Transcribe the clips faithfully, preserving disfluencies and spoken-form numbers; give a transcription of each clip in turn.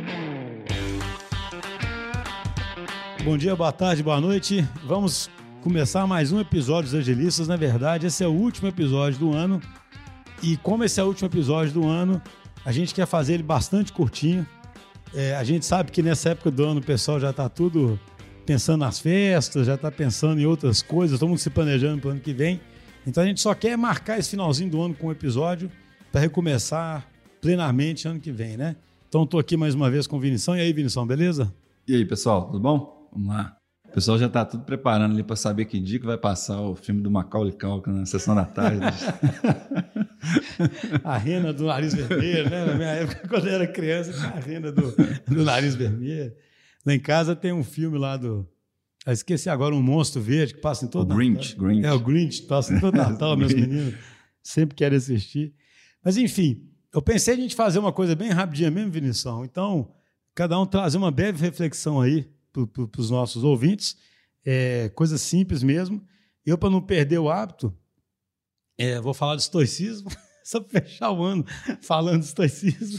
Bom dia, boa tarde, boa noite. Vamos começar mais um episódio dos Agilistas. Na verdade, esse é o último episódio do ano. E como esse é o último episódio do ano, a gente quer fazer ele bastante curtinho. É, a gente sabe que nessa época do ano o pessoal já está tudo pensando nas festas, já está pensando em outras coisas, todo mundo se planejando para o ano que vem. Então a gente só quer marcar esse finalzinho do ano com um episódio para recomeçar plenamente ano que vem, né? Então estou aqui mais uma vez com o Vinição. E aí, Vinição, beleza? E aí, pessoal, tudo bom? Vamos lá. O pessoal já está tudo preparando ali para saber que dia que vai passar o filme do Macaulay Culkin na sessão da tarde. A rena do nariz vermelho, né? Na minha época, quando eu era criança, tinha a rena do, do nariz vermelho. Lá em casa tem um filme lá do... Eu esqueci agora, um monstro verde que passa em todo o Grinch, Natal. Grinch. É, o Grinch, passa em todo Natal, meus meninos sempre querem assistir. Mas, enfim, eu pensei em a gente fazer uma coisa bem rapidinha mesmo, Vinição. Então, cada um trazer uma breve reflexão aí para os nossos ouvintes, é, coisa simples mesmo. Eu, para não perder o hábito, é, vou falar de estoicismo, só para fechar o ano falando de estoicismo.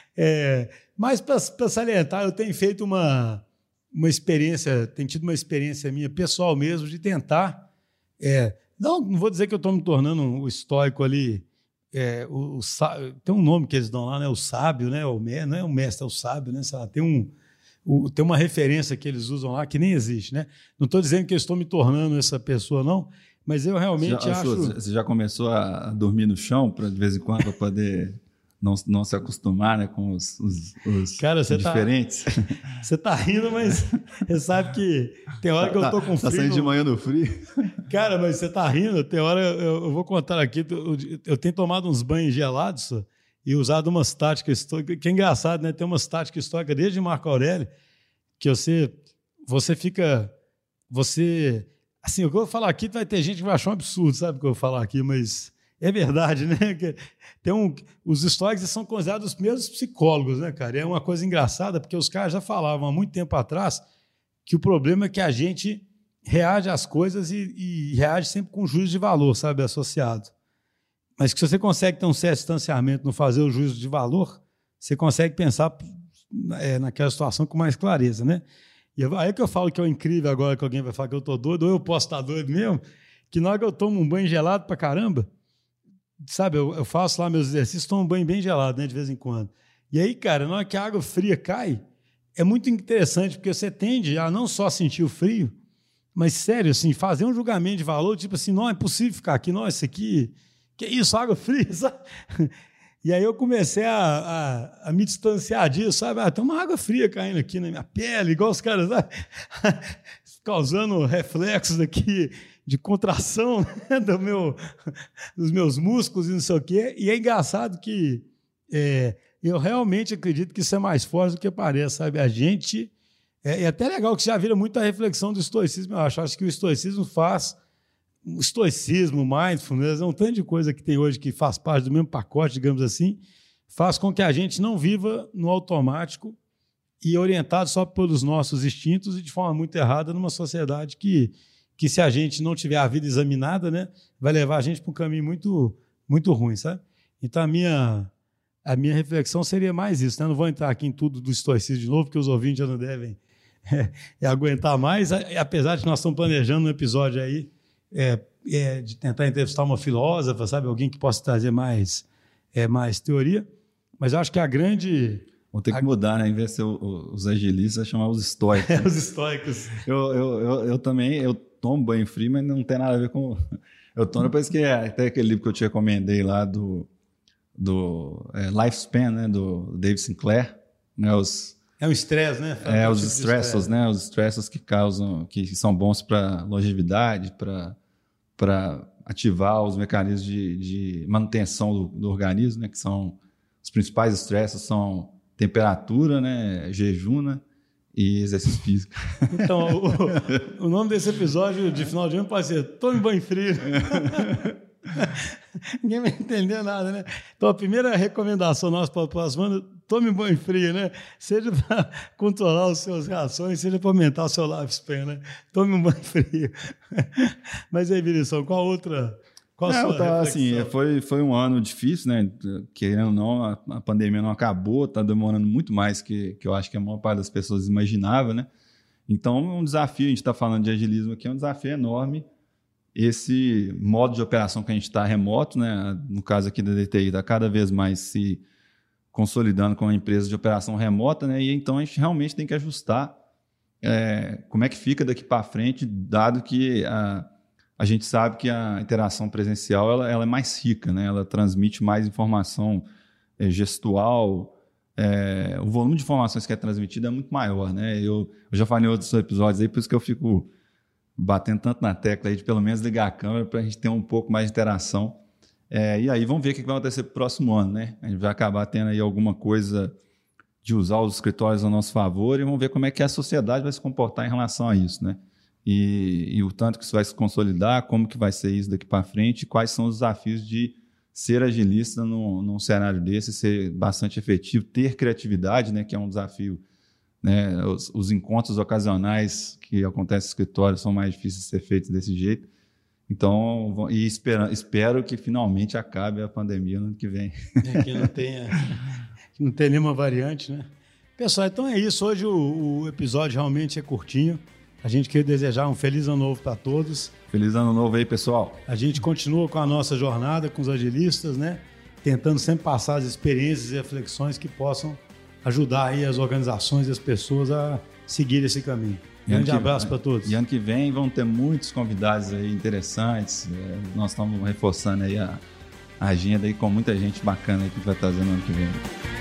É, mas, para salientar, eu tenho feito uma, uma experiência, tenho tido uma experiência minha pessoal mesmo de tentar, é, não, não vou dizer que eu estou me tornando o estoico ali, é, o, o, tem um nome que eles dão lá, né, o sábio, né, o, não é o mestre, é o sábio, né, lá, tem um... O, tem uma referência que eles usam lá que nem existe, né? Não estou dizendo que eu estou me tornando essa pessoa, não, mas eu realmente você já, acho... Você já começou a dormir no chão, pra, de vez em quando, para poder não, não se acostumar, né, com os, os, os Cara, você diferentes? Tá, você está rindo, mas você sabe que tem hora que eu estou com frio... Está saindo de manhã no frio? Cara, mas você está rindo, tem hora... Eu, eu vou contar aqui, eu, eu tenho tomado uns banhos gelados, só, e usado umas táticas históricas, que é engraçado, né? Tem umas táticas históricas desde Marco Aurélio, que você, você fica, você, assim, o que eu vou falar aqui vai ter gente que vai achar um absurdo, sabe o que eu vou falar aqui, mas é verdade, né? Tem um, os históricos são considerados os primeiros psicólogos, né, cara? É uma coisa engraçada, porque os caras já falavam há muito tempo atrás que o problema é que a gente reage às coisas e, e reage sempre com juízo de valor, sabe, associado. Mas que se você consegue ter um certo distanciamento no fazer o juízo de valor, você consegue pensar é, naquela situação com mais clareza, né? E aí é que eu falo que é incrível agora que alguém vai falar que eu estou doido, ou eu posso estar doido mesmo, que na hora que eu tomo um banho gelado pra caramba, sabe, eu, eu faço lá meus exercícios, tomo um banho bem gelado, né, de vez em quando. E aí, cara, na hora que a água fria cai, é muito interessante, porque você tende a não só sentir o frio, mas, sério, assim, fazer um julgamento de valor, tipo assim, não é possível ficar aqui, não, isso aqui... Que isso, água fria, sabe? E aí eu comecei a, a, a me distanciar disso, sabe? Ah, tem uma água fria caindo aqui na minha pele, igual os caras, sabe? Causando reflexos aqui de contração, né? Do meu, dos meus músculos e não sei o quê. E é engraçado que é, eu realmente acredito que isso é mais forte do que parece, sabe? A gente... É, é até legal que já vira muito a reflexão do estoicismo, eu acho. Acho que o estoicismo faz... O estoicismo, mindfulness, é um tanto de coisa que tem hoje que faz parte do mesmo pacote, digamos assim, faz com que a gente não viva no automático e orientado só pelos nossos instintos e de forma muito errada numa sociedade que, que se a gente não tiver a vida examinada, né, vai levar a gente para um caminho muito, muito ruim, sabe? Então, a minha, a minha reflexão seria mais isso, né? Não vou entrar aqui em tudo do estoicismo de novo, porque os ouvintes já não devem é, é, aguentar mais, apesar de que nós estamos planejando um episódio aí É, é, de tentar entrevistar uma filósofa, sabe? Alguém que possa trazer mais, é, mais teoria. Mas eu acho que a grande... Vou ter que a... mudar, né? Em vez de ser o, o, os agilistas, chamar os estoicos. É, os estoicos. Eu, eu, eu, eu também eu tomo banho frio, mas não tem nada a ver com... Eu tomo depois que é, até aquele livro que eu te recomendei lá do, do é, Lifespan, né? Do David Sinclair. Né? Os, é um estresse, né? É, os stressos, né? Os stressos que causam, que são bons para longevidade, para para ativar os mecanismos de, de manutenção do, do organismo, né? Que são os principais stressos são temperatura, né? Jejum, né? E exercício físico. Então, o, o nome desse episódio de final de ano pode ser Tome Banho Frio. Ninguém vai entender nada, né? Então, a primeira recomendação nossa para o próximo ano, tome banho frio, né? Seja para controlar as suas reações, seja para aumentar o seu lifespan, né? Tome um banho frio. Mas aí, Vinição, qual outra, Qual a não, sua tá, assim, reflexão? foi, foi um ano difícil, né? Querendo ou não, a, a pandemia não acabou, está demorando muito mais que, que eu acho que a maior parte das pessoas imaginava, né? Então, um desafio, a gente está falando de agilismo aqui, é um desafio enorme. Esse modo de operação que a gente está remoto, né? No caso aqui da D T I, está cada vez mais se consolidando com a empresa de operação remota, né? E então a gente realmente tem que ajustar é, como é que fica daqui para frente, dado que a, a gente sabe que a interação presencial ela, ela é mais rica, né? Ela transmite mais informação é, gestual, é, o volume de informações que é transmitido é muito maior, né? Eu, eu já falei em outros episódios aí, por isso que eu fico batendo tanto na tecla aí de pelo menos ligar a câmera para a gente ter um pouco mais de interação. É, e aí vamos ver o que vai acontecer para o próximo ano, né? A gente vai acabar tendo aí alguma coisa de usar os escritórios a nosso favor e vamos ver como é que a sociedade vai se comportar em relação a isso, né? E, e o tanto que isso vai se consolidar, como que vai ser isso daqui para frente, e quais são os desafios de ser agilista num, num cenário desse, ser bastante efetivo, ter criatividade, né? Que é um desafio, né? Os, os encontros ocasionais que acontecem no escritório são mais difíceis de ser feitos desse jeito. Então, e espero, espero que finalmente acabe a pandemia no ano que vem. É, que não tenha, que não tenha nenhuma variante, né? Pessoal, então é isso. Hoje o, o episódio realmente é curtinho. A gente quer desejar um feliz ano novo para todos. Feliz ano novo aí, pessoal. A gente continua com a nossa jornada com os agilistas, né? Tentando sempre passar as experiências e reflexões que possam ajudar aí as organizações e as pessoas a seguir esse caminho. Grande abraço para todos. E ano que vem vão ter muitos convidados aí interessantes. É, nós estamos reforçando aí a, a agenda aí com muita gente bacana aí que vai trazer no ano que vem.